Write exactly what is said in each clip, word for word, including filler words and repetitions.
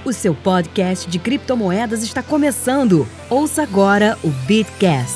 O seu podcast de criptomoedas está começando. Ouça agora o Bitcast.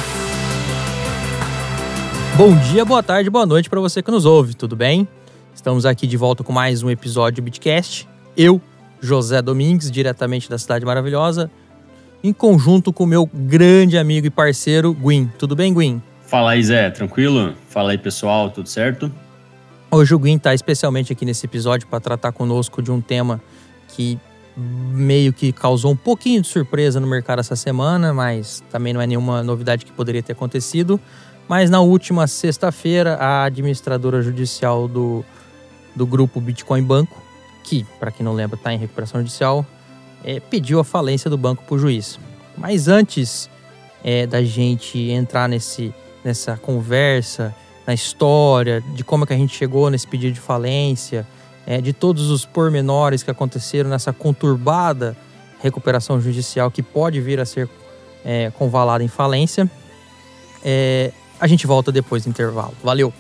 Bom dia, boa tarde, boa noite para você que nos ouve, tudo bem? Estamos aqui de volta com mais um episódio do Bitcast. Eu, José Domingues, diretamente da Cidade Maravilhosa, em conjunto com o meu grande amigo e parceiro, Gwyn. Tudo bem, Gwyn? Fala aí, Zé. Tranquilo? Fala aí, pessoal. Tudo certo? Hoje o Gwyn está especialmente aqui nesse episódio para tratar conosco de um tema que meio que causou um pouquinho de surpresa no mercado essa semana, mas também não é nenhuma novidade que poderia ter acontecido. Mas na última sexta-feira, a administradora judicial do, do grupo Bitcoin Banco, que, para quem não lembra, está em recuperação judicial, é, pediu a falência do banco para o juiz. Mas antes é, da gente entrar nesse, nessa conversa, na história, de como é que a gente chegou nesse pedido de falência, é, de todos os pormenores que aconteceram nessa conturbada recuperação judicial que pode vir a ser é, convalada em falência, é, a gente volta depois do intervalo. Valeu!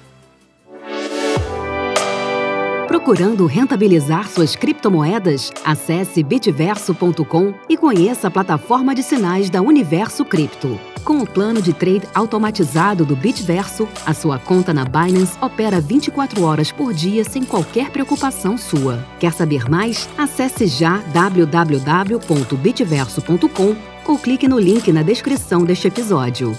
Procurando rentabilizar suas criptomoedas? Acesse bitverso ponto com e conheça a plataforma de sinais da Universo Cripto. Com o plano de trade automatizado do Bitverso, a sua conta na Binance opera vinte e quatro horas por dia sem qualquer preocupação sua. Quer saber mais? Acesse já w w w ponto bitverso ponto com ou clique no link na descrição deste episódio.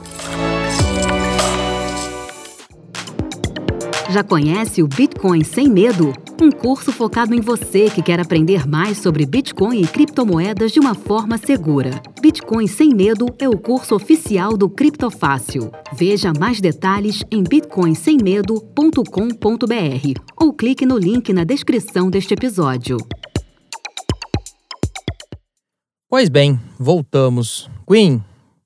Já conhece o Bitcoin Sem Medo? Um curso focado em você que quer aprender mais sobre Bitcoin e criptomoedas de uma forma segura. Bitcoin Sem Medo é o curso oficial do Criptofácil. Veja mais detalhes em bitcoin sem medo ponto com ponto b r ou clique no link na descrição deste episódio. Pois bem, voltamos. Gwyn,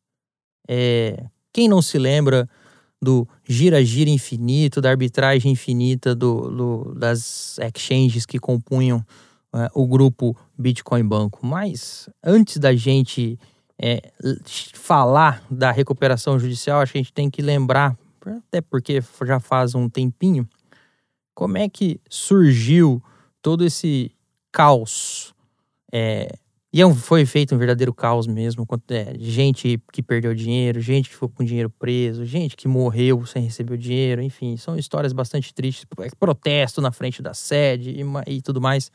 é, quem não se lembra do gira-gira infinito, da arbitragem infinita do, do, das exchanges que compunham é, o grupo Bitcoin Banco. Mas antes da gente é, falar da recuperação judicial, acho que a gente tem que lembrar, até porque já faz um tempinho, como é que surgiu todo esse caos. É, E foi feito um verdadeiro caos mesmo. É, gente que perdeu dinheiro, gente que ficou com dinheiro preso, gente que morreu sem receber o dinheiro. Enfim, são histórias bastante tristes. Protesto na frente da sede e, e tudo mais.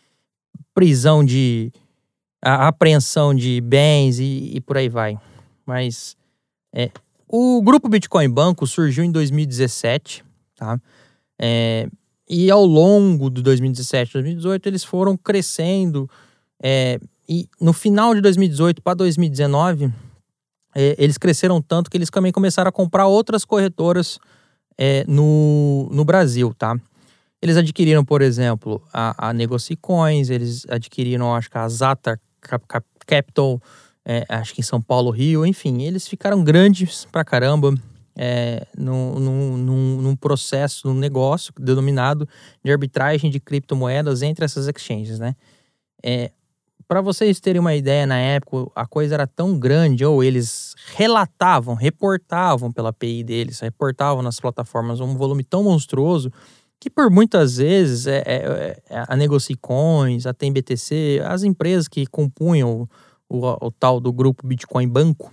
Prisão de... A apreensão de bens e, e por aí vai. Mas é, o grupo Bitcoin Banco surgiu em dois mil e dezessete, tá? É, e ao longo de dois mil e dezessete, dois mil e dezoito, eles foram crescendo... É, E no final de dois mil e dezoito para dois mil e dezenove, é, eles cresceram tanto que eles também começaram a comprar outras corretoras é, no, no Brasil, tá? Eles adquiriram, por exemplo, a, a Negocicoins, eles adquiriram, acho que a Zata Cap, Cap, Capital, é, acho que em São Paulo, Rio, enfim, eles ficaram grandes pra caramba é, num, num, num processo, num negócio denominado de arbitragem de criptomoedas entre essas exchanges, né? É, Para vocês terem uma ideia, na época, a coisa era tão grande, ou eles relatavam, reportavam pela A P I deles, reportavam nas plataformas um volume tão monstruoso que por muitas vezes é, é, é, a Negocicoins, a T M B T C, as empresas que compunham o, o, o tal do grupo Bitcoin Banco,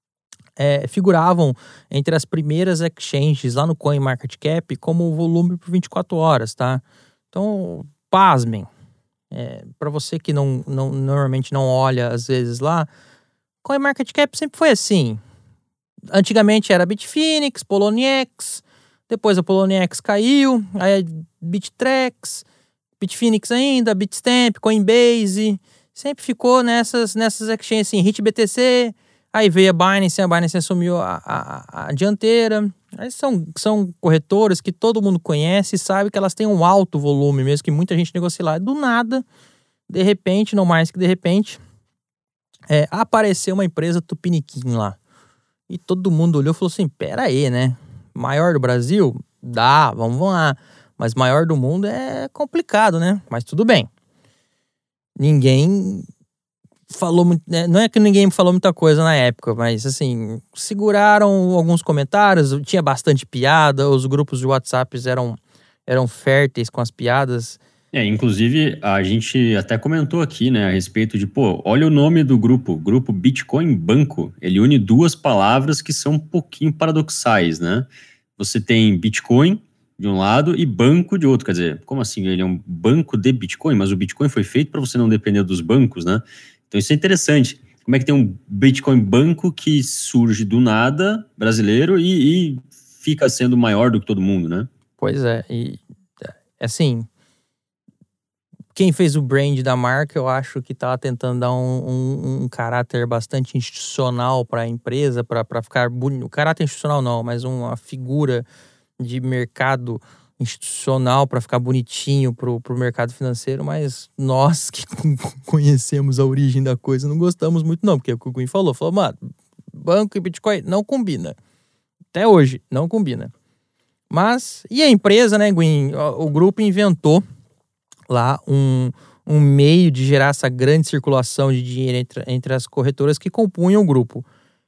é, figuravam entre as primeiras exchanges lá no CoinMarketCap como volume por vinte e quatro horas, tá? Então, pasmem. É, para você que não, não, normalmente não olha às vezes lá, CoinMarketCap sempre foi assim. Antigamente era Bitfinex, Poloniex, depois a Poloniex caiu, aí Bittrex, Bitfinex ainda, Bitstamp, Coinbase, sempre ficou nessas, nessas exchanges assim, HitBTC, aí veio a Binance, a Binance assumiu a, a, a dianteira. Aí são, são corretoras que todo mundo conhece e sabe que elas têm um alto volume, mesmo que muita gente negocie lá. Do nada, de repente, não mais que de repente, é, apareceu uma empresa Tupiniquim lá. E todo mundo olhou e falou assim, pera aí, né? Maior do Brasil? Dá, vamos lá. Mas maior do mundo é complicado, né? Mas tudo bem. Ninguém falou muito, né? Não é que ninguém falou muita coisa na época, mas assim, seguraram alguns comentários, tinha bastante piada, os grupos de WhatsApp eram, eram férteis com as piadas. É, inclusive, a gente até comentou aqui, né, a respeito de, pô, olha o nome do grupo, Grupo Bitcoin Banco. Ele une duas palavras que são um pouquinho paradoxais, né? Você tem Bitcoin de um lado e banco de outro. Quer dizer, como assim? Ele é um banco de Bitcoin, mas o Bitcoin foi feito para você não depender dos bancos, né? Então isso é interessante. Como é que tem um Bitcoin Banco que surge do nada, brasileiro, e, e fica sendo maior do que todo mundo, né? Pois é, e assim, quem fez o brand da marca, eu acho que estava tentando dar um, um, um caráter bastante institucional para a empresa, para ficar bonito. Caráter institucional não, mas uma figura de mercado institucional para ficar bonitinho para o mercado financeiro, mas nós que conhecemos a origem da coisa não gostamos muito não, porque o que o Gui falou, falou, mano, banco e Bitcoin não combina. Até hoje, não combina. Mas, e a empresa, né, Gui? O, o grupo inventou lá um, um meio de gerar essa grande circulação de dinheiro entre, entre as corretoras que compunham o grupo.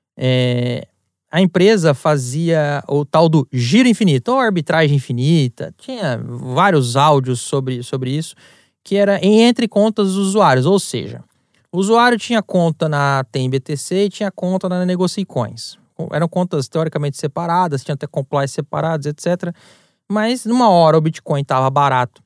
É, a empresa fazia o tal do giro infinito, ou arbitragem infinita, tinha vários áudios sobre, sobre isso, que era entre contas dos usuários, ou seja, o usuário tinha conta na Tem B T C e tinha conta na Negocicoins. Eram contas teoricamente separadas, tinha até compliance separados, etcétera. Mas numa hora o Bitcoin estava barato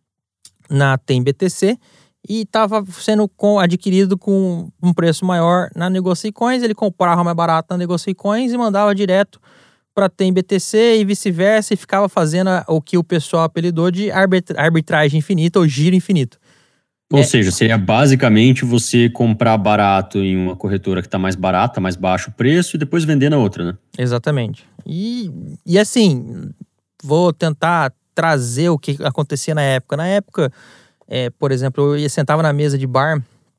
na Tem B T C e estava sendo com, adquirido com um preço maior na Negocicoins. Ele comprava mais barato na Negocicoins e mandava direto para Tem B T C e vice-versa, e ficava fazendo o que o pessoal apelidou de arbitra- arbitragem infinita ou giro infinito. Ou é. seja, seria basicamente você comprar barato em uma corretora que está mais barata, mais baixo o preço, e depois vender na outra, né? Exatamente. E, e assim, vou tentar trazer o que acontecia na época. Na época, é, por exemplo, eu ia, sentava na mesa de bar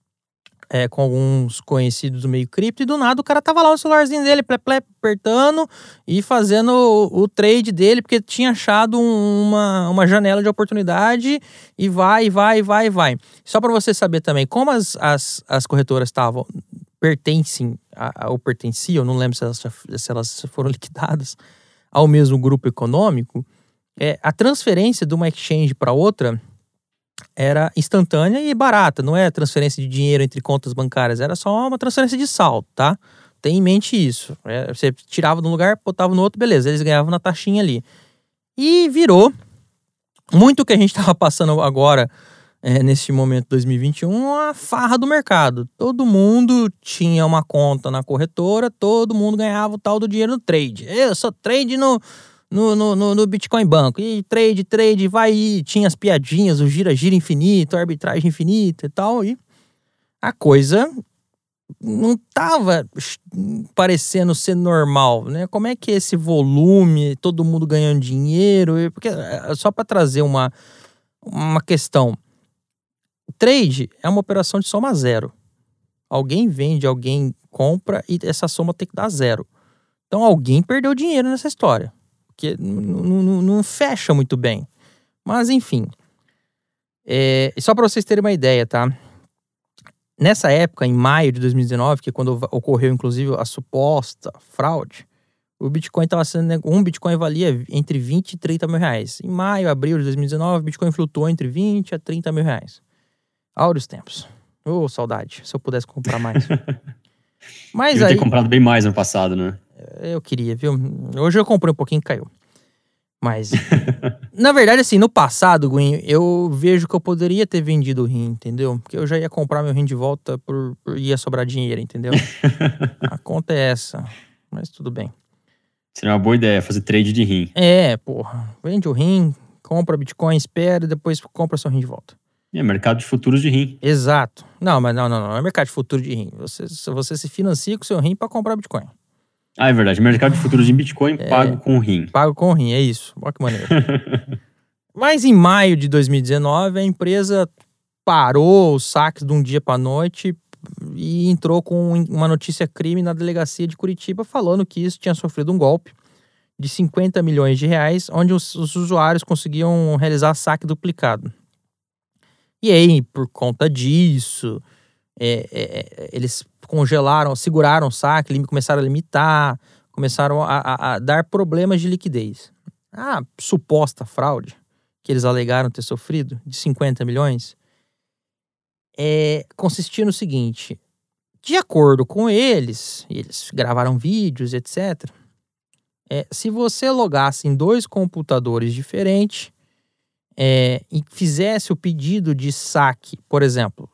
é, com alguns conhecidos do meio cripto, e do nada o cara tava lá no celularzinho dele, plé, plé, apertando e fazendo o, o trade dele, porque tinha achado um, uma, uma janela de oportunidade, e vai, vai, vai, vai. Só para você saber também, como as, as, as corretoras estavam, pertencem, a, ou pertenciam, não lembro se elas, se elas foram liquidadas, ao mesmo grupo econômico, é, a transferência de uma exchange para outra era instantânea e barata, não é transferência de dinheiro entre contas bancárias, era só uma transferência de saldo, tá? Tem em mente isso. É, você tirava de um lugar, botava no outro, beleza, eles ganhavam na taxinha ali. E virou muito o que a gente estava passando agora, é, nesse momento dois mil e vinte e um, uma farra do mercado. Todo mundo tinha uma conta na corretora, todo mundo ganhava o tal do dinheiro no trade. Eu sou trade no... No, no, no, no Bitcoin Banco, e trade, trade, vai, e tinha as piadinhas, o gira-gira infinito, a arbitragem infinita e tal, e a coisa não tava parecendo ser normal, né? Como é que esse volume, todo mundo ganhando dinheiro, porque só para trazer uma, uma questão, trade é uma operação de soma zero. Alguém vende, alguém compra, e essa soma tem que dar zero. Então alguém perdeu dinheiro nessa história, que não fecha muito bem. Mas, enfim. É, só para vocês terem uma ideia, tá? Nessa época, em maio de dois mil e dezenove, que é quando ocorreu, inclusive, a suposta fraude, o Bitcoin estava sendo... Um Bitcoin valia entre vinte e trinta mil reais. Em maio, abril de dois mil e dezenove, o Bitcoin flutuou entre vinte a trinta mil reais. Áureos tempos. Ô, oh, saudade. Se eu pudesse comprar mais. Mas Devia aí... ter comprado bem mais no passado, né? Eu queria, viu? Hoje eu comprei um pouquinho e caiu. Mas, na verdade, assim, no passado, Gwen, eu vejo que eu poderia ter vendido o rim, entendeu? Porque eu já ia comprar meu rim de volta, por, por ia sobrar dinheiro, entendeu? A conta é essa. Mas tudo bem. Seria uma boa ideia, fazer trade de rim. É, porra. Vende o rim, compra Bitcoin, espera, depois compra seu rim de volta. É, mercado de futuros de rim. Exato. Não, mas não, não, não. Não é mercado de futuro de rim. Você, você se financia com o seu rim para comprar Bitcoin. Ah, é verdade. Mercado de futuros de Bitcoin é, pago com o rim. Pago com o rim, é isso. Olha que maneiro. Mas em maio de dois mil e dezenove, a empresa parou os saques de um dia para a noite e entrou com uma notícia crime na delegacia de Curitiba, falando que isso tinha sofrido um golpe de cinquenta milhões de reais, onde os, os usuários conseguiam realizar saque duplicado. E aí, por conta disso, é, é, eles congelaram, seguraram o saque, começaram a limitar, começaram a, a, a dar problemas de liquidez. A suposta fraude, que eles alegaram ter sofrido, de cinquenta milhões, é, consistia no seguinte: de acordo com eles, eles gravaram vídeos, etcétera, é, se você logasse em dois computadores diferentes é, e fizesse o pedido de saque, por exemplo,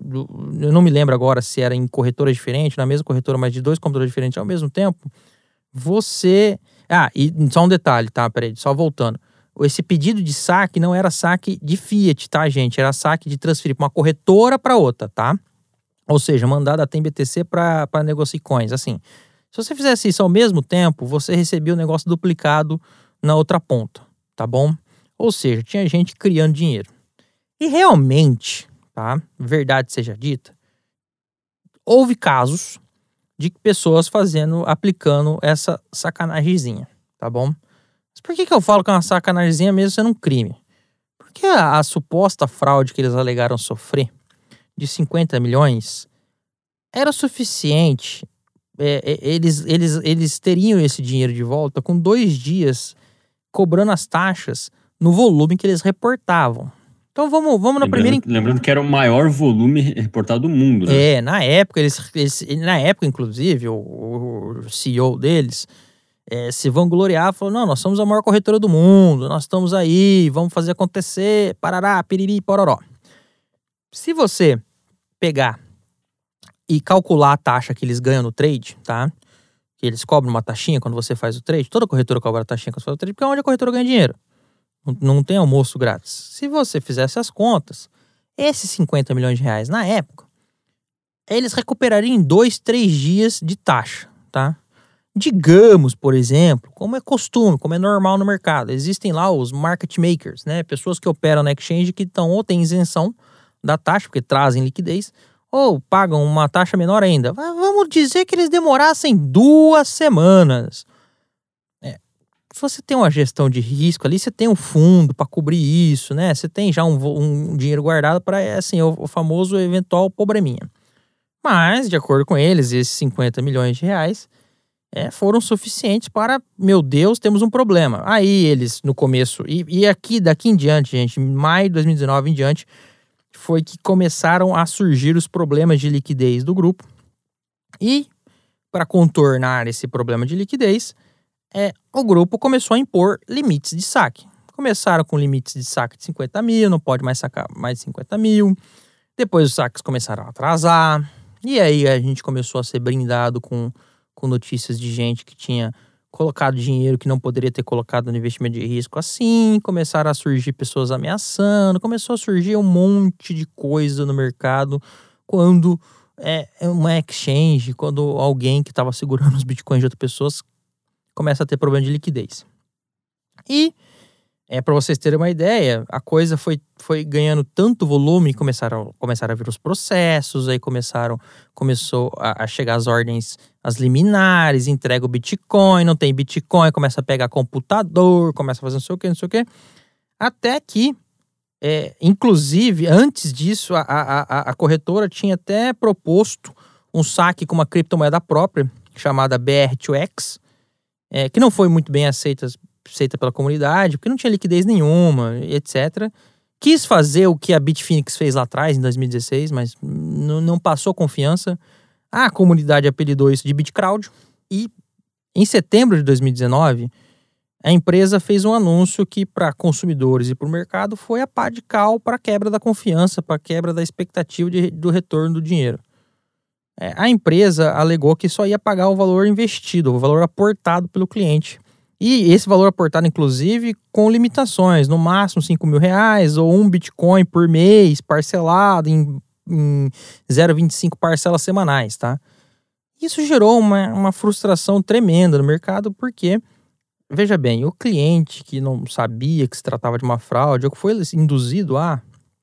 eu não me lembro agora se era em corretora diferente, na mesma corretora, mas de dois computadores diferentes ao mesmo tempo, você... Ah, e só um detalhe, tá? Peraí, só voltando. Esse pedido de saque não era saque de Fiat, tá, gente? Era saque de transferir para uma corretora para outra, tá? Ou seja, mandar da Tem B T C para Negocicoins. Assim, se você fizesse isso ao mesmo tempo, você recebia o negócio duplicado na outra ponta, tá bom? Ou seja, tinha gente criando dinheiro. E realmente, tá? Verdade seja dita, houve casos de pessoas fazendo, aplicando essa sacanagemzinha, tá bom? Mas por que que eu falo que é uma sacanagemzinha mesmo sendo um crime? Porque a, a suposta fraude que eles alegaram sofrer, de cinquenta milhões, era o suficiente. É, é, eles, eles, eles teriam esse dinheiro de volta com dois dias cobrando as taxas no volume que eles reportavam. Então vamos, vamos na lembrando, primeira... Lembrando que era o maior volume reportado do mundo, né? É, na época, eles, eles na época, inclusive, o, o C E O deles é, se vangloriava, falou, não, nós somos a maior corretora do mundo, nós estamos aí, vamos fazer acontecer, parará, piriri, pororó. Se você pegar e calcular a taxa que eles ganham no trade, tá? Que eles cobram uma taxinha quando você faz o trade, toda corretora cobra a taxinha quando você faz o trade, porque é onde a corretora ganha dinheiro. Não, não tem almoço grátis. Se você fizesse as contas, esses cinquenta milhões de reais na época, eles recuperariam em dois, três dias de taxa, tá? Digamos, por exemplo, como é costume, como é normal no mercado, existem lá os market makers, né? Pessoas que operam na exchange que estão ou têm isenção da taxa, porque trazem liquidez, ou pagam uma taxa menor ainda. Vamos dizer que eles demorassem duas semanas. É, se você tem uma gestão de risco ali, você tem um fundo para cobrir isso, né? Você tem já um, um dinheiro guardado para, assim, o, o famoso eventual probleminha. Mas, de acordo com eles, esses cinquenta milhões de reais é, foram suficientes para, meu Deus, temos um problema. Aí eles, no começo, e, e aqui, daqui em diante, gente, em maio de dois mil e dezenove em diante, foi que começaram a surgir os problemas de liquidez do grupo. E, para contornar esse problema de liquidez, é, o grupo começou a impor limites de saque. Começaram com limites de saque de cinquenta mil, não pode mais sacar mais de cinquenta mil. Depois os saques começaram a atrasar. E aí a gente começou a ser brindado com, com notícias de gente que tinha colocado dinheiro que não poderia ter colocado no investimento de risco assim. Começaram a surgir pessoas ameaçando. Começou a surgir um monte de coisa no mercado quando é, uma exchange, quando alguém que estava segurando os bitcoins de outras pessoas começa a ter problema de liquidez. E, é, para vocês terem uma ideia, a coisa foi, foi ganhando tanto volume, começaram, começaram a vir os processos, aí começaram, começou a, a chegar as ordens, as liminares, entrega o Bitcoin, não tem Bitcoin, começa a pegar computador, começa a fazer não sei o que, não sei o que, até que, é, inclusive, antes disso, a, a, a, a corretora tinha até proposto um saque com uma criptomoeda própria, chamada B R dois X, É, que não foi muito bem aceita, aceita pela comunidade, porque não tinha liquidez nenhuma, etcétera. Quis fazer o que a Bitfinex fez lá atrás, em dois mil e dezesseis, mas não passou confiança. A comunidade apelidou isso de BitCrowd. E em setembro de dois mil e dezenove, a empresa fez um anúncio que para consumidores e para o mercado foi a pá de cal para a quebra da confiança, para a quebra da expectativa de, do retorno do dinheiro. A empresa alegou que só ia pagar o valor investido, o valor aportado pelo cliente. E esse valor aportado, inclusive, com limitações, no máximo cinco mil reais ou um Bitcoin por mês, parcelado em, em zero vírgula vinte e cinco parcelas semanais, tá? Isso gerou uma, uma frustração tremenda no mercado, porque, veja bem, o cliente que não sabia que se tratava de uma fraude, ou que foi induzido a,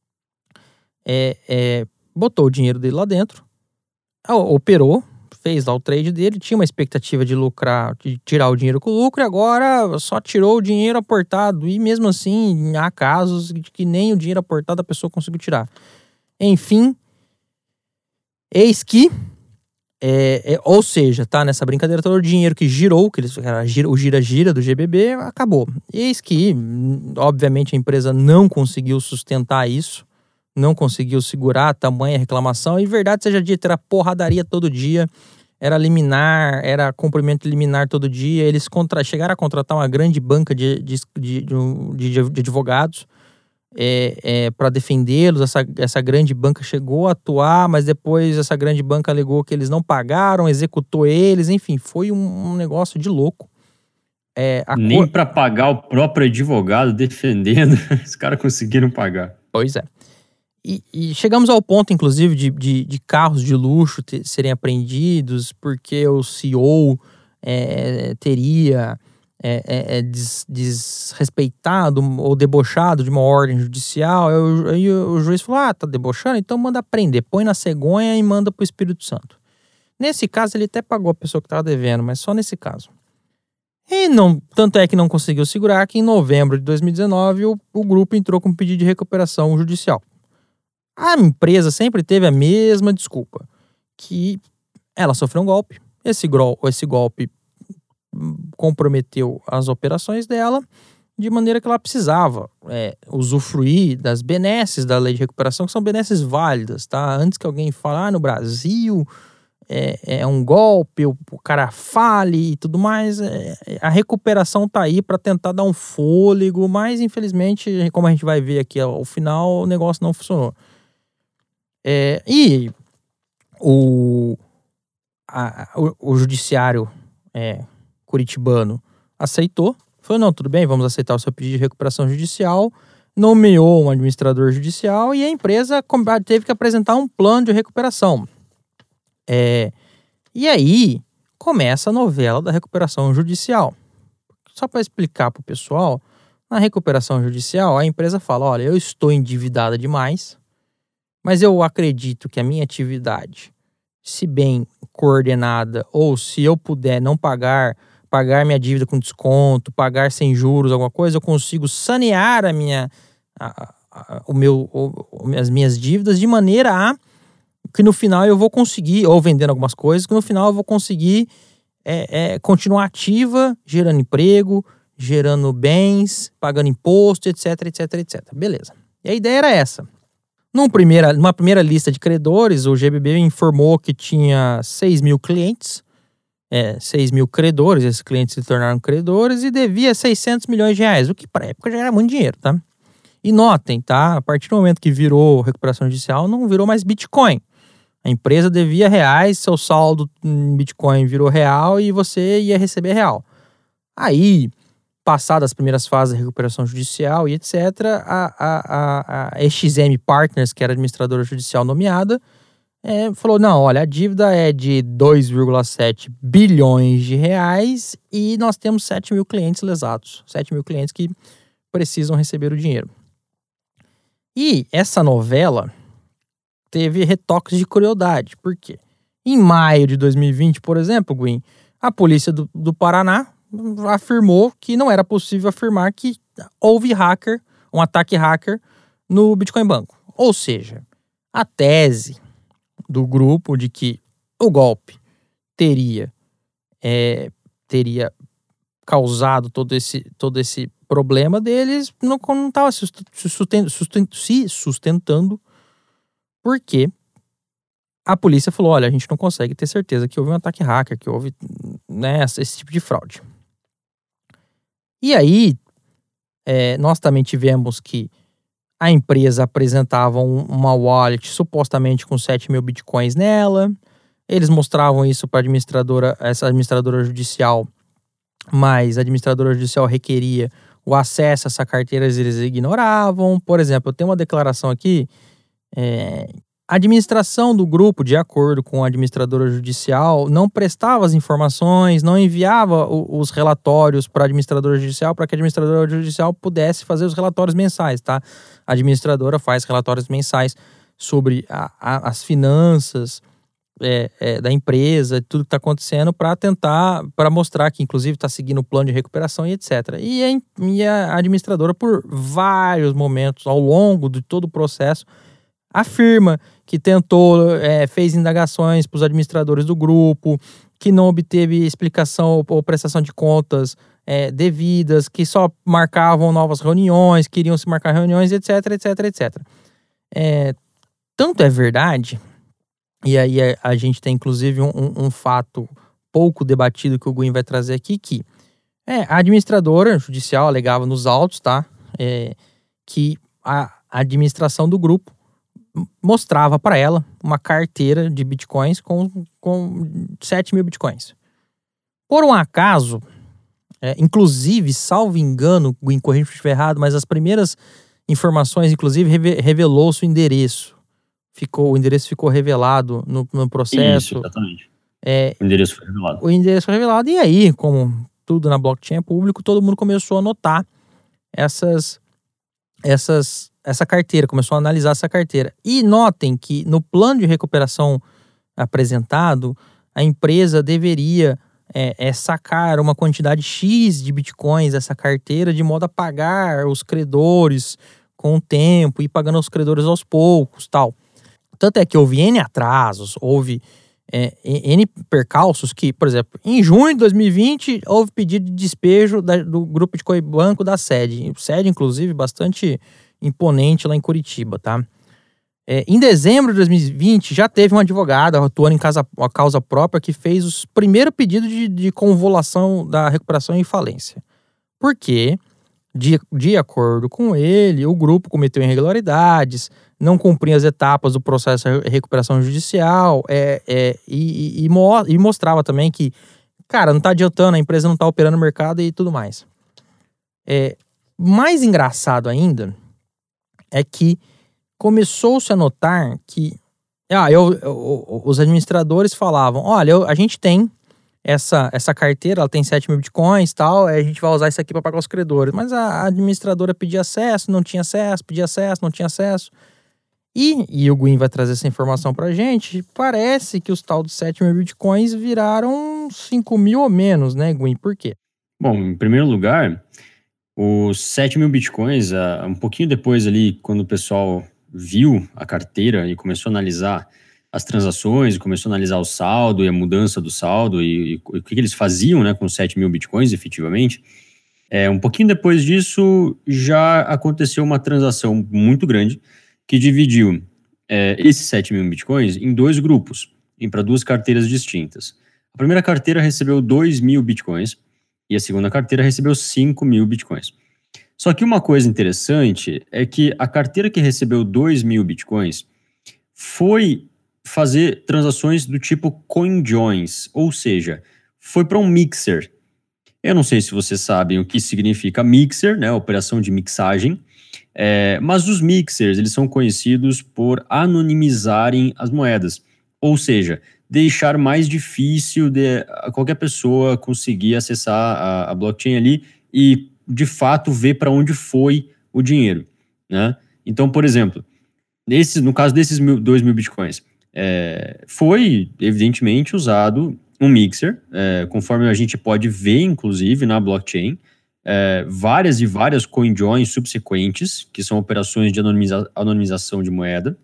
é, é, botou o dinheiro dele lá dentro, operou, fez lá o trade dele, tinha uma expectativa de lucrar, de tirar o dinheiro com lucro, e agora só tirou o dinheiro aportado, e mesmo assim há casos de que nem o dinheiro aportado a pessoa conseguiu tirar. Enfim, eis que É, é, ou seja, tá nessa brincadeira todo o dinheiro que girou, que eles, era o gira-gira do G B B, acabou. Eis que, obviamente, a empresa não conseguiu sustentar isso, não conseguiu segurar a tamanha reclamação, e verdade seja dita, era porradaria todo dia, era liminar, era cumprimento liminar todo dia. Eles contra, chegaram a contratar uma grande banca de, de, de, de, de advogados é, é, para defendê-los. Essa, essa grande banca chegou a atuar, mas depois essa grande banca alegou que eles não pagaram, executou eles, enfim, foi um, um negócio de louco. É, Nem cor... para pagar o próprio advogado defendendo, os caras conseguiram pagar. Pois é. E, e chegamos ao ponto, inclusive, de, de, de carros de luxo ter, serem apreendidos porque o C E O é, teria é, é, des, desrespeitado ou debochado de uma ordem judicial. Aí o, o juiz falou, ah, tá debochando? Então manda prender, põe na cegonha e manda pro Espírito Santo. Nesse caso, ele até pagou a pessoa que estava devendo, mas só nesse caso. E não, tanto é que não conseguiu segurar que em novembro de dois mil e dezenove o, o grupo entrou com um pedido de recuperação judicial. A empresa sempre teve a mesma desculpa, que ela sofreu um golpe, esse, gro- esse golpe comprometeu as operações dela, de maneira que ela precisava é, usufruir das benesses da lei de recuperação, que são benesses válidas, tá? Antes que alguém fale, ah, no Brasil é, é um golpe, o, o cara fale e tudo mais, é, a recuperação tá aí para tentar dar um fôlego, mas infelizmente, como a gente vai ver aqui ao final, o negócio não funcionou. É, e o, a, o, o judiciário é, curitibano aceitou, falou, não, tudo bem, vamos aceitar o seu pedido de recuperação judicial, nomeou um administrador judicial e a empresa teve que apresentar um plano de recuperação. É, e aí começa a novela da recuperação judicial. Só para explicar para o pessoal, na recuperação judicial a empresa fala, olha, eu estou endividada demais, mas eu acredito que a minha atividade, se bem coordenada, ou se eu puder não pagar, pagar minha dívida com desconto, pagar sem juros, alguma coisa, eu consigo sanear a minha, a, a, o meu, o, as minhas dívidas de maneira a que no final eu vou conseguir, ou vendendo algumas coisas, que no final eu vou conseguir é, é, continuar ativa, gerando emprego, gerando bens, pagando imposto, etc, etc, etcétera. Beleza. E a ideia era essa. Numa primeira, numa primeira lista de credores, o G B B informou que tinha seis mil clientes, é, seis mil credores, esses clientes se tornaram credores e devia seiscentos milhões de reais, o que para a época já era muito dinheiro, tá? E notem, tá? A partir do momento que virou recuperação judicial, não virou mais Bitcoin. A empresa devia reais, seu saldo em Bitcoin virou real e você ia receber real. Aí, passadas as primeiras fases da recuperação judicial e etcétera, a, a, a, a E X M Partners, que era a administradora judicial nomeada, é, falou, não, olha, a dívida é de dois vírgula sete bilhões de reais e nós temos sete mil clientes lesados, sete mil clientes que precisam receber o dinheiro. E essa novela teve retoques de crueldade, por quê? Em maio de dois mil e vinte, por exemplo, Gwen, a polícia do, do Paraná afirmou que não era possível afirmar que houve hacker, um ataque hacker no Bitcoin Banco. Ou seja, a tese do grupo de que o golpe teria, é, teria causado todo esse, todo esse problema deles não estava se sustentando, se sustentando porque a polícia falou, olha, a gente não consegue ter certeza que houve um ataque hacker, que houve, né, esse tipo de fraude. E aí, é, nós também tivemos que a empresa apresentava um, uma wallet supostamente com sete mil bitcoins nela. Eles mostravam isso para a administradora, essa administradora judicial, mas a administradora judicial requeria o acesso a essa carteira, eles ignoravam. Por exemplo, eu tenho uma declaração aqui, é, a administração do grupo, de acordo com a administradora judicial, não prestava as informações, não enviava o, os relatórios para a administradora judicial para que a administradora judicial pudesse fazer os relatórios mensais, tá? A administradora faz relatórios mensais sobre a, a, as finanças é, é, da empresa, tudo que está acontecendo, para tentar, para mostrar que inclusive está seguindo o plano de recuperação e etcétera. E a, e a administradora, por vários momentos, ao longo de todo o processo, afirma que tentou, é, fez indagações para os administradores do grupo, que não obteve explicação ou prestação de contas é, devidas, que só marcavam novas reuniões, queriam se marcar reuniões, etc, etc, etcétera. É, tanto é verdade, e aí a, a gente tem inclusive um, um, um fato pouco debatido que o Gwyn vai trazer aqui, que é, a administradora judicial alegava nos autos, tá, é, que a administração do grupo mostrava para ela uma carteira de bitcoins com, com sete mil bitcoins. Por um acaso, é, inclusive, salvo engano, Gwyn, corrija se eu estiver errado, mas as primeiras informações, inclusive, reve, revelou-se o endereço. Ficou, o endereço ficou revelado no, no processo. Isso, exatamente. É, o endereço foi revelado. O endereço foi revelado, e aí, como tudo na blockchain é público, todo mundo começou a notar essas, essas, essa carteira, começou a analisar essa carteira. E notem que no plano de recuperação apresentado, a empresa deveria é, é, sacar uma quantidade X de bitcoins dessa carteira, de modo a pagar os credores com o tempo, e pagando os credores aos poucos, tal. Tanto é que houve N atrasos, houve é, N percalços que, por exemplo, em junho de dois mil e vinte, houve pedido de despejo da, do grupo de Coinbanco da sede. Sede, inclusive, bastante imponente lá em Curitiba, tá? É, em dezembro de dois mil e vinte, já teve um advogado atuando em casa, a causa própria que fez o primeiro pedido de, de convolução da recuperação em falência. Por quê? De, de acordo com ele, o grupo cometeu irregularidades, não cumpria as etapas do processo de recuperação judicial, é, é, e, e, e mostrava também que, cara, não tá adiantando, a empresa não tá operando no mercado e tudo mais. É, mais engraçado ainda é que começou-se a notar que ah, eu, eu, os administradores falavam, olha, eu, a gente tem essa, essa carteira, ela tem sete mil bitcoins e tal, a gente vai usar isso aqui para pagar os credores. Mas a administradora pedia acesso, não tinha acesso, pedia acesso, não tinha acesso. E, e o Gwyn vai trazer essa informação pra gente, parece que os tal dos sete mil bitcoins viraram cinco mil ou menos, né, Gwyn? Por quê? Bom, em primeiro lugar, os sete mil bitcoins, um pouquinho depois ali, quando o pessoal viu a carteira e começou a analisar as transações, começou a analisar o saldo e a mudança do saldo e, e, e o que eles faziam, né, com os sete mil bitcoins, efetivamente, é, um pouquinho depois disso já aconteceu uma transação muito grande que dividiu é, esses sete mil bitcoins em dois grupos, para duas carteiras distintas. A primeira carteira recebeu dois mil bitcoins e a segunda carteira recebeu cinco mil bitcoins. Só que uma coisa interessante é que a carteira que recebeu dois mil bitcoins foi fazer transações do tipo CoinJoins, ou seja, foi para um mixer. Eu não sei se vocês sabem o que significa mixer, né, operação de mixagem, é, mas os mixers, eles são conhecidos por anonimizarem as moedas, ou seja, deixar mais difícil de qualquer pessoa conseguir acessar a, a blockchain ali e, de fato, ver para onde foi o dinheiro, né? Então, por exemplo, nesse, no caso desses mil, dois mil bitcoins, é, foi, evidentemente, usado um mixer, é, conforme a gente pode ver, inclusive, na blockchain, é, várias e várias CoinJoins subsequentes, que são operações de anonimiza- anonimização de moeda,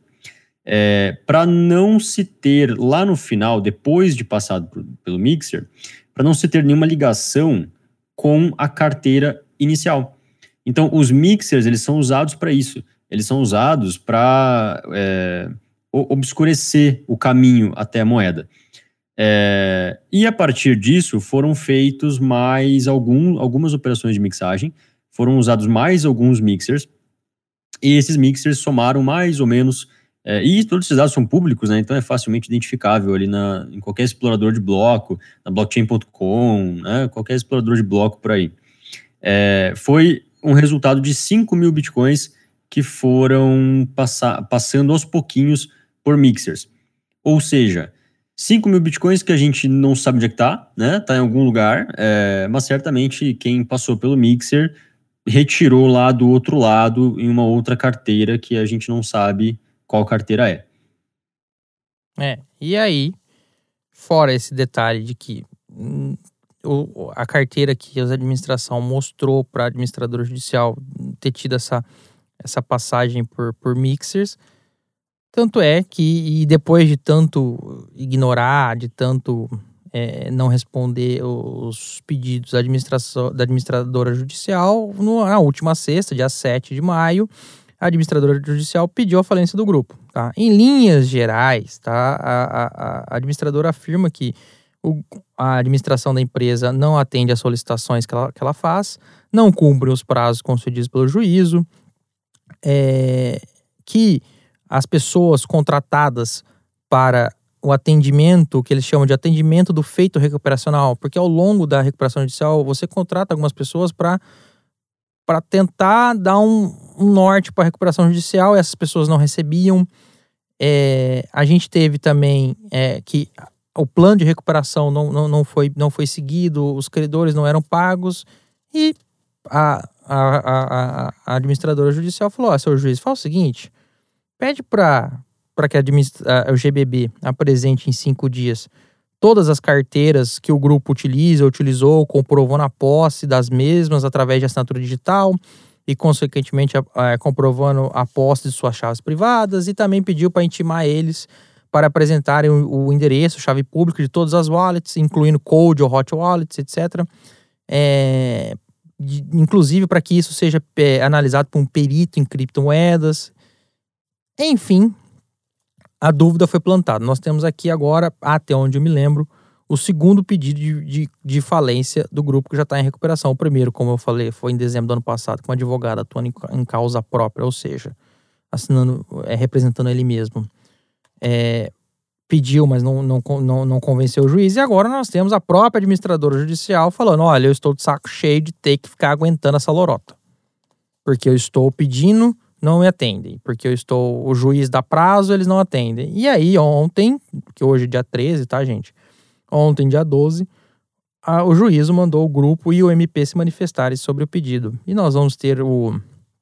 é, para não se ter, lá no final, depois de passado por, pelo mixer, para não se ter nenhuma ligação com a carteira inicial. Então, os mixers, eles são usados para isso. Eles são usados para é, obscurecer o caminho até a moeda. É, e a partir disso foram feitos mais algum, algumas operações de mixagem, foram usados mais alguns mixers, e esses mixers somaram mais ou menos, é, e todos esses dados são públicos, né, então é facilmente identificável ali na, em qualquer explorador de bloco, na blockchain ponto com, né, qualquer explorador de bloco por aí. É, foi um resultado de cinco mil bitcoins que foram passa, passando aos pouquinhos por mixers. Ou seja, cinco mil bitcoins que a gente não sabe onde é que tá, né? Tá em algum lugar, é, mas certamente quem passou pelo mixer retirou lá do outro lado em uma outra carteira que a gente não sabe qual carteira é. É, e aí, fora esse detalhe de que hum, o, a carteira que a administração mostrou para a administradora judicial ter tido essa, essa passagem por, por mixers, Tanto é que, e depois de tanto ignorar, de tanto é, não responder os pedidos da, administração, da administradora judicial, no, na última sexta, dia sete de maio, a administradora judicial pediu a falência do grupo. Tá? Em linhas gerais, tá? a, a, a administradora afirma que o, a administração da empresa não atende às solicitações que ela, que ela faz, não cumpre os prazos concedidos pelo juízo, é, que as pessoas contratadas para o atendimento, que eles chamam de atendimento do feito recuperacional, porque ao longo da recuperação judicial você contrata algumas pessoas para para tentar dar um, um norte para a recuperação judicial, e essas pessoas não recebiam. É, a gente teve também é, que o plano de recuperação não, não, não, foi, não foi seguido, os credores não eram pagos, e a, a, a, a administradora judicial falou: ó, seu juiz, fala o seguinte, pede para que a, a, o G B B apresente em cinco dias todas as carteiras que o grupo utiliza, utilizou, comprovou na posse das mesmas através de assinatura digital e, consequentemente, a, a, comprovando a posse de suas chaves privadas, e também pediu para intimar eles para apresentarem o, o endereço, chave pública de todas as wallets, incluindo cold ou hot wallets, etcétera. É, de, inclusive para que isso seja é, analisado por um perito em criptomoedas. Enfim, a dúvida foi plantada. Nós temos aqui agora, até onde eu me lembro, o segundo pedido de, de, de falência do grupo que já está em recuperação. O primeiro, como eu falei, foi em dezembro do ano passado, com uma advogada atuando em, em causa própria, ou seja, assinando, é, representando ele mesmo. É, pediu, mas não, não, não, não convenceu o juiz. E agora nós temos a própria administradora judicial falando: olha, eu estou de saco cheio de ter que ficar aguentando essa lorota. Porque eu estou pedindo, não me atendem. Porque eu estou, o juiz dá prazo, eles não atendem. E aí ontem, que hoje é dia treze, tá, gente? Ontem, dia doze, a, o juízo mandou o grupo e o M P se manifestarem sobre o pedido. E nós vamos ter o,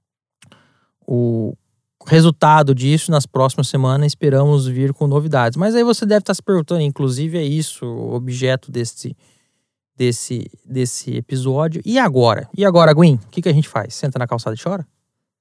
o resultado disso nas próximas semanas. Esperamos vir com novidades. Mas aí você deve estar se perguntando, inclusive é isso o objeto desse, desse, desse episódio. E agora? E agora, Gwen? O que, que a gente faz? Senta na calçada e chora?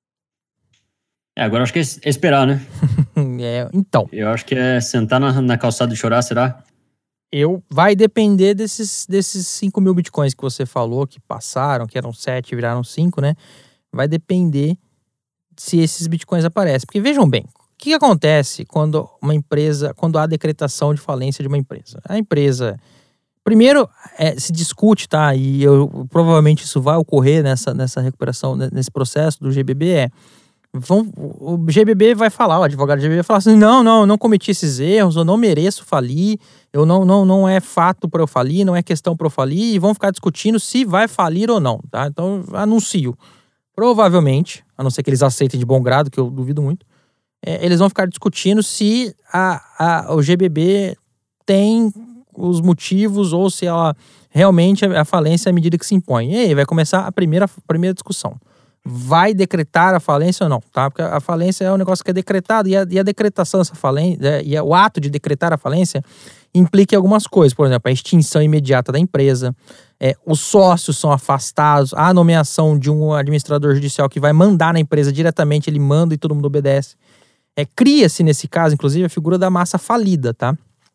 É, agora acho que é esperar, né? é, então. Eu acho que é sentar na, na calçada e chorar, será? Eu, vai depender desses, desses cinco mil bitcoins que você falou, que passaram, que eram sete e viraram cinco, né? Vai depender se esses bitcoins aparecem. Porque vejam bem, o que acontece quando uma empresa, quando há decretação de falência de uma empresa? A empresa, primeiro, é, se discute, tá? E eu, provavelmente isso vai ocorrer nessa, nessa recuperação, nesse processo do G B B, é... Vão, o G B B vai falar, o advogado do G B B vai falar assim: não, não, eu não cometi esses erros, eu não mereço falir, eu não, não, não é fato para eu falir, não é questão para eu falir, e vão ficar discutindo se vai falir ou não, tá? Então, anuncio. Provavelmente, a não ser que eles aceitem de bom grado, que eu duvido muito, é, eles vão ficar discutindo se a, a, o G B B tem os motivos ou se ela realmente a, a falência é a medida que se impõe. E aí vai começar a primeira, a primeira discussão. Vai decretar a falência ou não, tá? Porque a falência é um negócio que é decretado, e a, e a decretação dessa falência, e o ato de decretar a falência implica algumas coisas. Por exemplo, a extinção imediata da empresa, é, os sócios são afastados, a nomeação de um administrador judicial que vai mandar na empresa diretamente, ele manda e todo mundo obedece. É, cria-se, nesse caso, inclusive, a figura da massa falida, tá?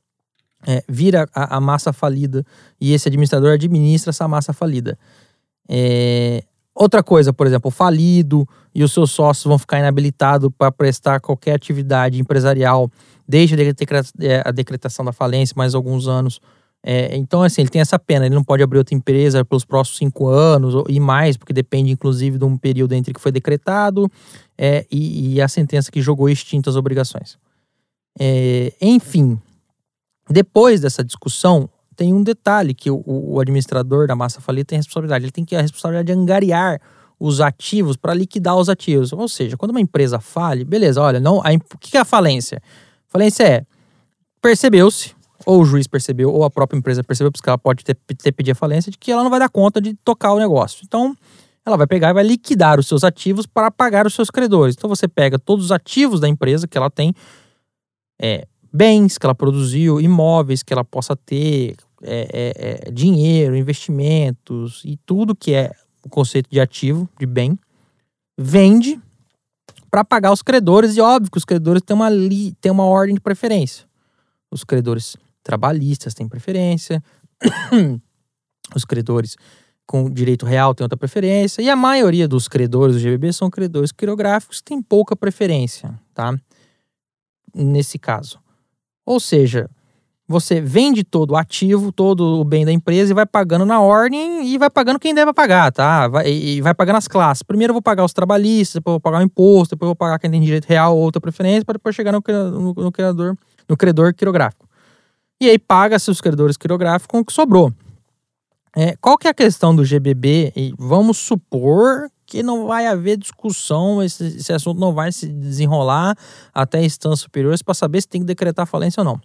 É, vira a, a massa falida e esse administrador administra essa massa falida. É... Outra coisa, por exemplo, o falido e os seus sócios vão ficar inabilitados para prestar qualquer atividade empresarial desde a decretação da falência, mais alguns anos. É, então, assim, ele tem essa pena, ele não pode abrir outra empresa pelos próximos cinco anos e mais, porque depende, inclusive, de um período entre que foi decretado é, e, e a sentença que jogou extinto as obrigações. É, enfim, depois dessa discussão, tem um detalhe que o, o administrador da massa falida tem responsabilidade. Ele tem que a responsabilidade de angariar os ativos para liquidar os ativos. Ou seja, quando uma empresa fale, beleza, olha, não, a, o que é a falência? Falência é, percebeu-se, ou o juiz percebeu, ou a própria empresa percebeu, porque ela pode ter, ter pedido a falência, de que ela não vai dar conta de tocar o negócio. Então, ela vai pegar e vai liquidar os seus ativos para pagar os seus credores. Então, você pega todos os ativos da empresa que ela tem, é, bens que ela produziu, imóveis que ela possa ter, é, é, é, dinheiro, investimentos e tudo que é o conceito de ativo, de bem, vende para pagar os credores, e óbvio que os credores têm uma, li, têm uma ordem de preferência. Os credores trabalhistas têm preferência, os credores com direito real têm outra preferência, e a maioria dos credores do G B B são credores quirográficos que têm pouca preferência, tá? Nesse caso. Ou seja, você vende todo o ativo, todo o bem da empresa e vai pagando na ordem e vai pagando quem deve pagar, tá? Vai, e vai pagando as classes. Primeiro eu vou pagar os trabalhistas, depois eu vou pagar o imposto, depois eu vou pagar quem tem direito real ou outra preferência, para depois chegar no, no, no, credor, no credor quirográfico. E aí paga-se os credores quirográficos com o que sobrou. É, qual que é a questão do G B B? E vamos supor que não vai haver discussão, esse, esse assunto não vai se desenrolar até instâncias superiores para saber se tem que decretar falência ou não.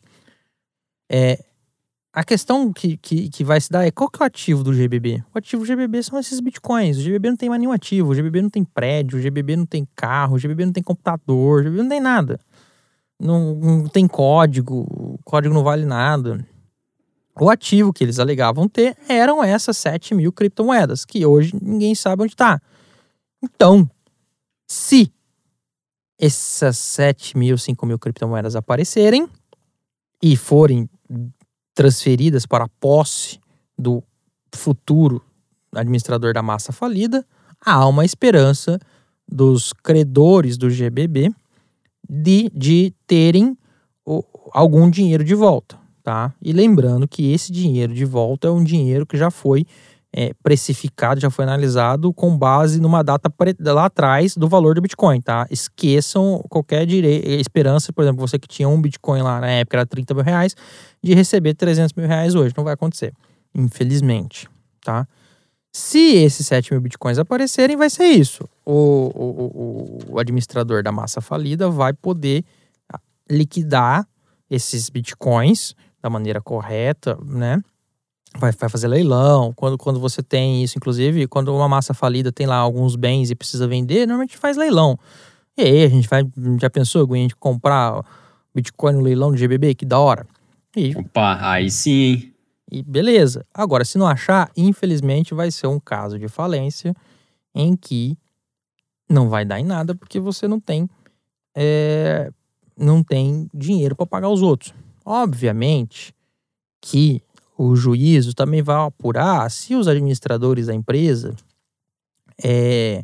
É, a questão que, que, que vai se dar é qual que é o ativo do G B B? O ativo do G B B são esses bitcoins. O G B B não tem mais nenhum ativo, o G B B não tem prédio, o G B B não tem carro, o G B B não tem computador, o G B B não tem nada. Não, não tem código, o código não vale nada. O ativo que eles alegavam ter eram essas sete mil criptomoedas, que hoje ninguém sabe onde está. Então, se essas sete mil, cinco mil criptomoedas aparecerem e forem transferidas para a posse do futuro administrador da massa falida, há uma esperança dos credores do G B B de, de terem o, algum dinheiro de volta, tá? E lembrando que esse dinheiro de volta é um dinheiro que já foi é, precificado, já foi analisado com base numa data lá atrás do valor do Bitcoin, tá? Esqueçam qualquer dire... esperança, por exemplo, você que tinha um Bitcoin lá na época, era trinta mil reais, de receber trezentos mil reais hoje. Não vai acontecer, infelizmente, tá? Se esses sete mil Bitcoins aparecerem, vai ser isso. O, o, o, o administrador da massa falida vai poder liquidar esses Bitcoins da maneira correta, né? Vai, vai fazer leilão. Quando, quando você tem isso, inclusive, quando uma massa falida tem lá alguns bens e precisa vender, normalmente faz leilão. E aí, a gente vai, já pensou, Gwen, a gente comprar Bitcoin no leilão do G B B? Que da hora. E, Opa, aí sim, hein? E beleza. Agora, se não achar, infelizmente vai ser um caso de falência em que não vai dar em nada porque você não tem, é, não tem dinheiro para pagar os outros. Obviamente que o juízo também vai apurar se os administradores da empresa é,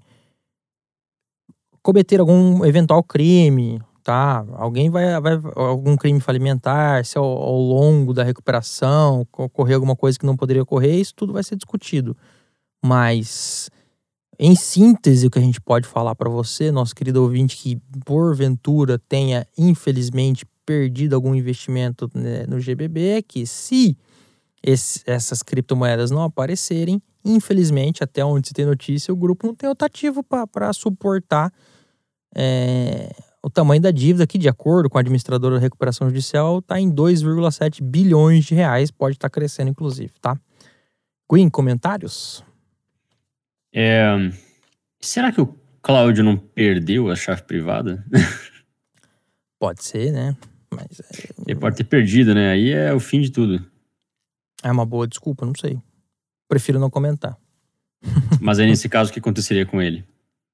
cometer algum eventual crime, tá? Alguém vai, vai algum crime falimentar, se ao, ao longo da recuperação ocorrer alguma coisa que não poderia ocorrer, isso tudo vai ser discutido. Mas, em síntese, o que a gente pode falar para você, nosso querido ouvinte, que porventura tenha, infelizmente, perdido algum investimento, né, no G B B, é que se esse, essas criptomoedas não aparecerem, infelizmente, até onde se tem notícia, o grupo não tem outro ativo para suportar é, o tamanho da dívida, que, de acordo com a administradora da recuperação judicial, está em dois vírgula sete bilhões de reais, pode estar tá crescendo, inclusive, tá? Queen, comentários? É, será que o Cláudio não perdeu a chave privada? Pode ser, né? Mas é... Ele pode ter perdido, né? Aí é o fim de tudo. É uma boa desculpa, não sei. Prefiro não comentar. Mas aí, nesse caso, o que aconteceria com ele?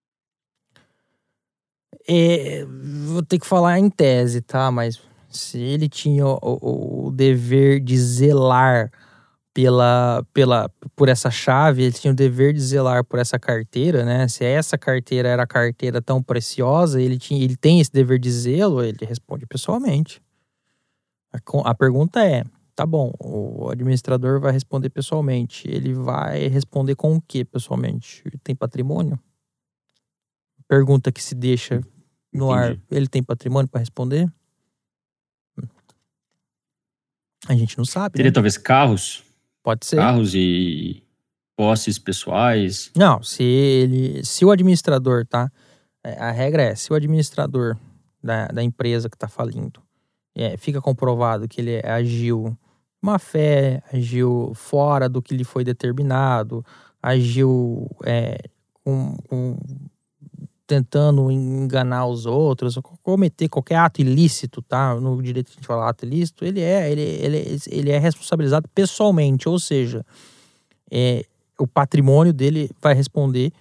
É, vou ter que falar em tese, tá? Mas se ele tinha o, o, o dever de zelar pela, pela, por essa chave, ele tinha o dever de zelar por essa carteira, né? Se essa carteira era a carteira tão preciosa, ele, tinha, ele tem esse dever de zelo, ele responde pessoalmente. A, a pergunta é, tá bom, o administrador vai responder pessoalmente. Ele vai responder com o que pessoalmente? Tem patrimônio? Pergunta que se deixa no Entendi. ar. Ele tem patrimônio para responder? A gente não sabe, Teria né? talvez carros? Pode ser. Carros e posses pessoais? Não, se ele, se o administrador, tá? A regra é, se o administrador da, da empresa que tá falindo, é, fica comprovado que ele agiu má fé, agiu fora do que lhe foi determinado, agiu é, com, com, tentando enganar os outros, ou cometer qualquer ato ilícito, tá? No direito a gente fala ato ilícito, ele é, ele, ele, ele é responsabilizado pessoalmente, ou seja, é, o patrimônio dele vai responder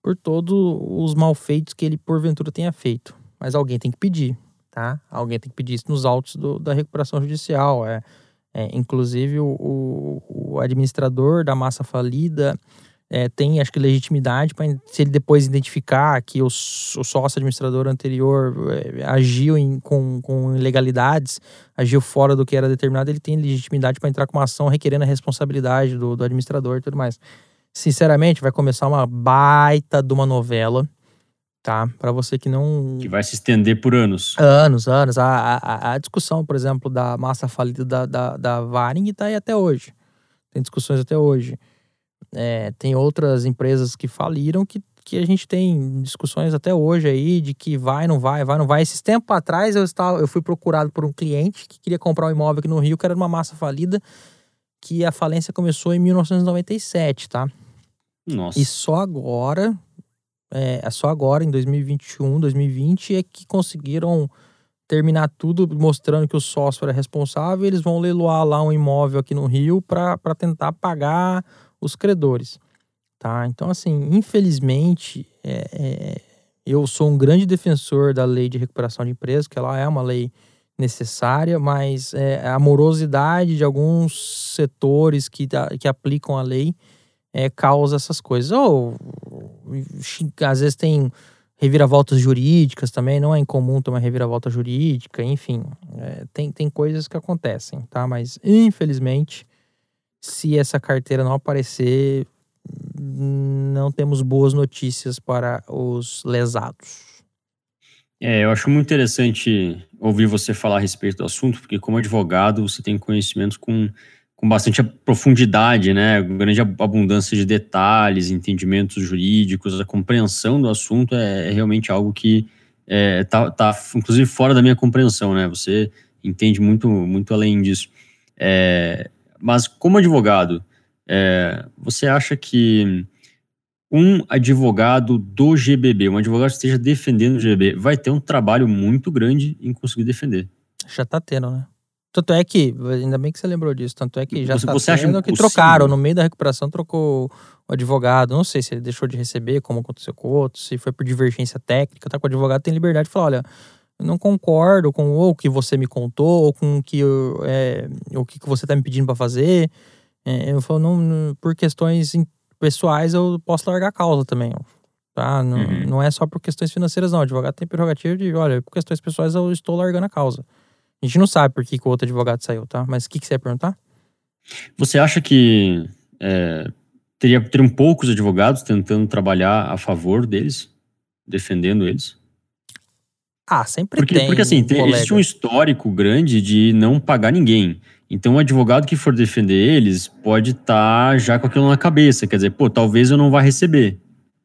por todos os malfeitos que ele porventura tenha feito. Mas alguém tem que pedir, tá? Alguém tem que pedir isso nos autos do, da recuperação judicial. É, é, inclusive, o, o, o administrador da massa falida é, tem, acho que, legitimidade para, se ele depois identificar que o, o sócio administrador anterior é, agiu em, com, com ilegalidades, agiu fora do que era determinado, ele tem legitimidade para entrar com uma ação requerendo a responsabilidade do, do administrador e tudo mais. Sinceramente, vai começar uma baita de uma novela, tá? Para você que não... Que vai se estender por anos. Anos, anos. A, a, a discussão, por exemplo, da massa falida da, da, da Varig tá aí até hoje. Tem discussões até hoje. É, tem outras empresas que faliram que, que a gente tem discussões até hoje aí de que vai, não vai, vai, não vai. Esses tempos atrás eu, estava, eu fui procurado por um cliente que queria comprar um imóvel aqui no Rio, que era uma massa falida, que a falência começou em mil novecentos e noventa e sete, tá? Nossa. E só agora, é, só agora, em dois mil e vinte e um, dois mil e vinte, é que conseguiram terminar tudo mostrando que o sócio era responsável e eles vão leiloar lá um imóvel aqui no Rio para tentar pagar os credores, tá? Então, assim, infelizmente, é, é, eu sou um grande defensor da lei de recuperação de empresas, que ela é uma lei necessária, mas é, a morosidade de alguns setores que, que aplicam a lei é, causa essas coisas. Ou, às vezes, tem reviravoltas jurídicas também, não é incomum ter uma reviravolta jurídica, enfim, é, tem, tem coisas que acontecem, tá? Mas, infelizmente, se essa carteira não aparecer, não temos boas notícias para os lesados. É, eu acho muito interessante ouvir você falar a respeito do assunto, porque como advogado você tem conhecimentos com, com bastante profundidade, né? Grande abundância de detalhes, entendimentos jurídicos, a compreensão do assunto é, é realmente algo que é, tá, tá, inclusive, fora da minha compreensão, né? Você entende muito, muito além disso. É, mas como advogado, é, você acha que um advogado do G B B, um advogado que esteja defendendo o G B B, vai ter um trabalho muito grande em conseguir defender? Já tá tendo, né? Tanto é que, ainda bem que você lembrou disso, tanto é que já você, tá você tendo acha que possível? Trocaram, no meio da recuperação trocou o advogado, não sei se ele deixou de receber, como aconteceu com o outro, se foi por divergência técnica, tá? Com o advogado tem liberdade de falar, olha, eu não concordo com ou o que você me contou, ou com o que, eu, é, o que você tá me pedindo para fazer. É, eu falo, não, por questões pessoais eu posso largar a causa também, tá? Não, Uhum. não é só por questões financeiras, não. O advogado tem prerrogativa de, olha, por questões pessoais eu estou largando a causa. A gente não sabe por que, que o outro advogado saiu, tá? Mas o que, que você ia perguntar? Você acha que é, teria, teriam poucos advogados tentando trabalhar a favor deles, defendendo eles? Ah, sempre Porque, tem, porque assim, tem, colega. existe um histórico grande de não pagar ninguém. Então, o advogado que for defender eles pode estar já com aquilo na cabeça. Quer dizer, pô, talvez eu não vá receber.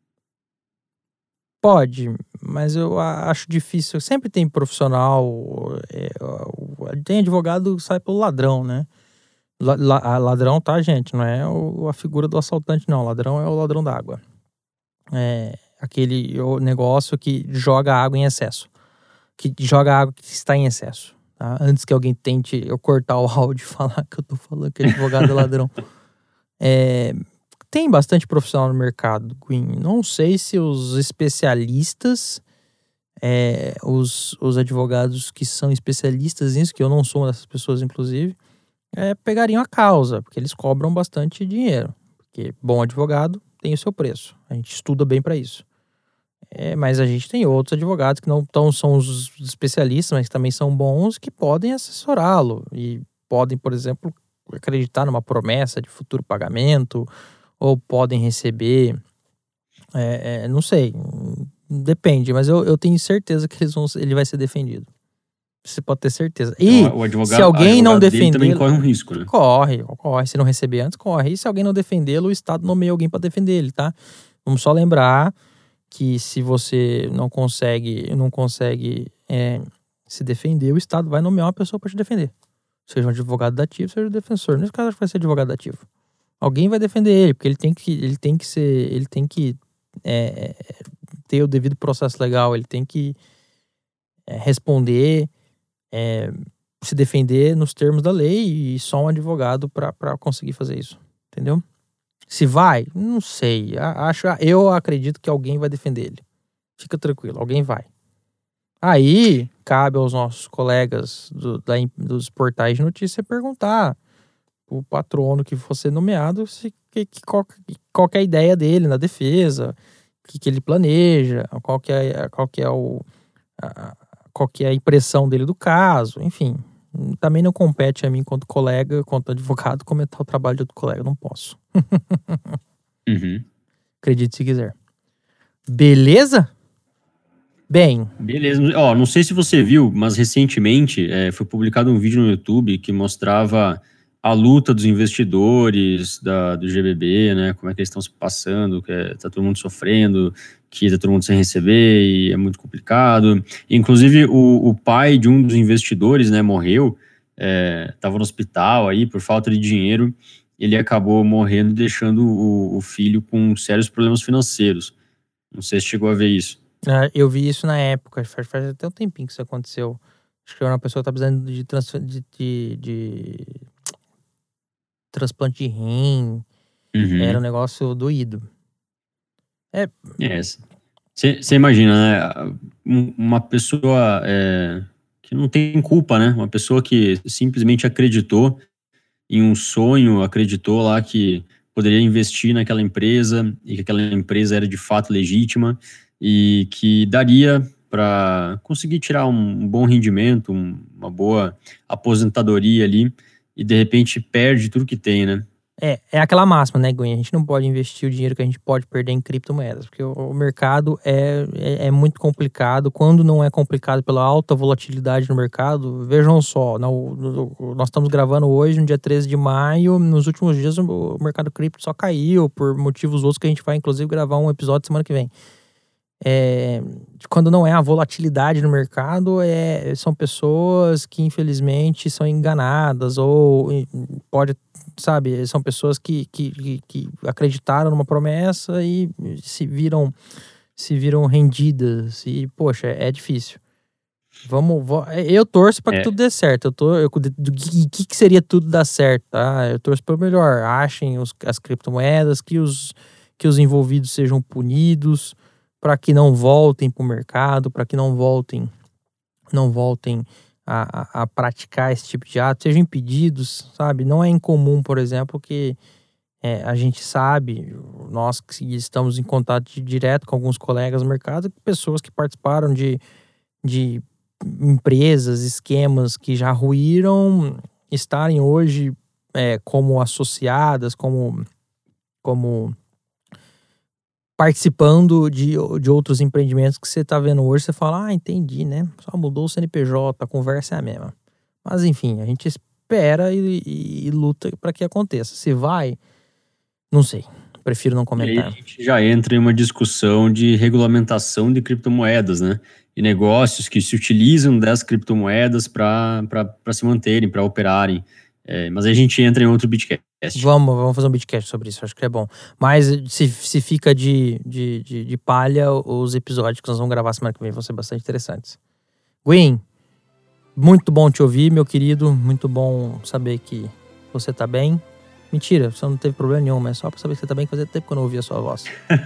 Pode, mas eu acho difícil. Sempre tem profissional, é, tem advogado que sai pelo ladrão, né? La, la, ladrão, tá, gente? Não é o, a figura do assaltante, não. Ladrão é o ladrão d'água. É aquele o negócio que joga água em excesso. Que joga água que está em excesso. Tá? Antes que alguém tente eu cortar o áudio e falar que eu tô falando que advogado é ladrão. É... Tem bastante profissional no mercado, Queen. Não sei se os especialistas, é, os, os advogados que são especialistas nisso, que eu não sou uma dessas pessoas, inclusive, é, pegariam a causa, porque eles cobram bastante dinheiro. Porque bom advogado tem o seu preço. A gente estuda bem para isso. É, mas a gente tem outros advogados que não tão, são os especialistas, mas que também são bons, que podem assessorá-lo. E podem, por exemplo, acreditar numa promessa de futuro pagamento, ou podem receber, é, é, não sei, depende, mas eu, eu tenho certeza que eles vão, ele vai ser defendido. Você pode ter certeza. E então, o advogado, se alguém não defender, também corre um risco, né? Corre, corre. Se não receber antes, corre. E se alguém não defendê-lo, o Estado nomeia alguém para defender ele, tá? Vamos só lembrar que se você não consegue, não consegue é, se defender, o Estado vai nomear uma pessoa para te defender. Seja um advogado dativo, seja um defensor. Nesse caso, acho que vai ser advogado dativo. Alguém vai defender ele, porque ele tem que, ele tem que ser, ele tem que é, ter o devido processo legal, ele tem que é, responder, é, se defender nos termos da lei, e só um advogado para conseguir fazer isso, entendeu? Se vai, não sei. Acho, eu acredito que alguém vai defender ele. Fica tranquilo, alguém vai. Aí, cabe aos nossos colegas do, da, dos portais de notícia perguntar o patrono que for ser nomeado se, que, que, qual, qual que é a ideia dele na defesa, o que, que ele planeja, qual que é, qual que é, o, a, qual que é a impressão dele do caso, enfim. Também não compete a mim, enquanto colega, enquanto advogado, comentar o trabalho de outro colega. Não posso. Uhum. Acredite se quiser. Beleza? Bem. Beleza. Ó, não sei se você viu, mas recentemente é, foi publicado um vídeo no YouTube que mostrava a luta dos investidores da, do G B B, né? Como é que eles estão se passando, que é, tá todo mundo sofrendo, que tá todo mundo sem receber e é muito complicado. Inclusive, o, o pai de um dos investidores, né, morreu, é, tava no hospital aí por falta de dinheiro, ele acabou morrendo, deixando o, o filho com sérios problemas financeiros. Não sei se chegou a ver isso. É, eu vi isso na época, faz, faz até um tempinho que isso aconteceu. Acho que era uma pessoa que tá precisando de, transfer, de, de, de transplante de rim. Uhum. Era um negócio doído. É. Você é, imagina, né? Uma pessoa é, que não tem culpa, né? Uma pessoa que simplesmente acreditou em um sonho, acreditou lá que poderia investir naquela empresa e que aquela empresa era de fato legítima e que daria para conseguir tirar um bom rendimento, uma boa aposentadoria ali, e de repente perde tudo que tem, né? É, é aquela máxima, né, Gwen? A gente não pode investir o dinheiro que a gente pode perder em criptomoedas, porque o, o mercado é, é, é muito complicado. Quando não é complicado pela alta volatilidade no mercado, vejam só, no, no, nós estamos gravando hoje, no dia treze de maio, nos últimos dias o, o mercado cripto só caiu, por motivos outros que a gente vai, inclusive, gravar um episódio semana que vem. É, quando não é a volatilidade no mercado, é, são pessoas que infelizmente são enganadas ou pode, sabe, são pessoas que, que, que acreditaram numa promessa e se viram, se viram rendidas e, poxa, é difícil. Vamos, eu torço para que é. tudo dê certo. Eu tô, eu, do que, que seria tudo dar certo, tá? Eu torço para o melhor. Achem os, as criptomoedas, que os, que os envolvidos sejam punidos, para que não voltem para o mercado, para que não voltem, não voltem a, a, a praticar esse tipo de ato, sejam impedidos, sabe? Não é incomum, por exemplo, que é, a gente sabe, nós que estamos em contato de, direto com alguns colegas do mercado, pessoas que participaram de, de empresas, esquemas que já ruíram, estarem hoje é, como associadas, como... como participando de, de outros empreendimentos que você tá vendo hoje, você fala, ah, entendi, né? Só mudou o C N P J, a conversa é a mesma. Mas, enfim, a gente espera e, e, e luta para que aconteça. Se vai, não sei. Prefiro não comentar. E aí a gente já entra em uma discussão de regulamentação de criptomoedas, né? E negócios que se utilizam das criptomoedas para se manterem, para operarem. É, mas aí a gente entra em outro Bitcast. Vamos, vamos fazer um Bitcast sobre isso, acho que é bom. Mas se, se fica de, de, de, de palha, os episódios que nós vamos gravar semana que vem vão ser bastante interessantes. Gwen, muito bom te ouvir, meu querido. Muito bom saber que você tá bem. Mentira, você não teve problema nenhum, mas só pra saber que você tá bem, que fazia tempo que eu não ouvia a sua voz.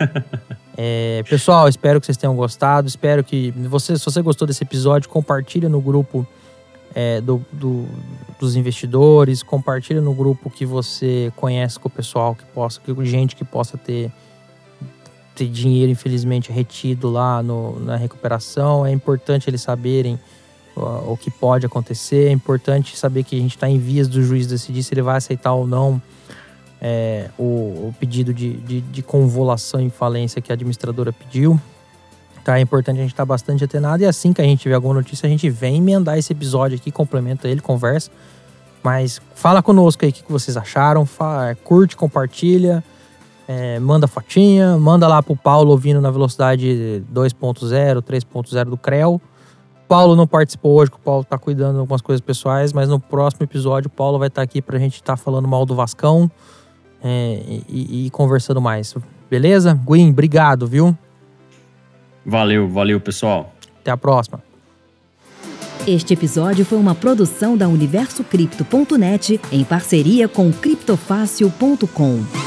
é, pessoal, espero que vocês tenham gostado. Espero que você, se você gostou desse episódio, compartilha no grupo É, do, do, dos investidores, compartilha no grupo que você conhece com o pessoal, que possa, que gente que possa ter, ter dinheiro, infelizmente, retido lá no, na recuperação. É importante eles saberem o, o que pode acontecer, é importante saber que a gente está em vias do juiz decidir se ele vai aceitar ou não é, o, o pedido de, de, de convolução em falência que a administradora pediu. Tá, é importante a gente estar bastante atenado e assim que a gente tiver alguma notícia, a gente vem emendar esse episódio aqui, complementa ele, conversa. Mas fala conosco aí o que vocês acharam, fala, curte, compartilha, é, manda fotinha, manda lá pro Paulo ouvindo na velocidade dois ponto zero, três ponto zero do Creu. Paulo não participou hoje, porque o Paulo tá cuidando de algumas coisas pessoais, mas no próximo episódio o Paulo vai estar aqui pra gente estar tá falando mal do Vascão é, e, e conversando mais. Beleza? Gwen, obrigado, viu? Valeu, valeu, pessoal. Até a próxima. Este episódio foi uma produção da universo cripto ponto net em parceria com criptofácil ponto com.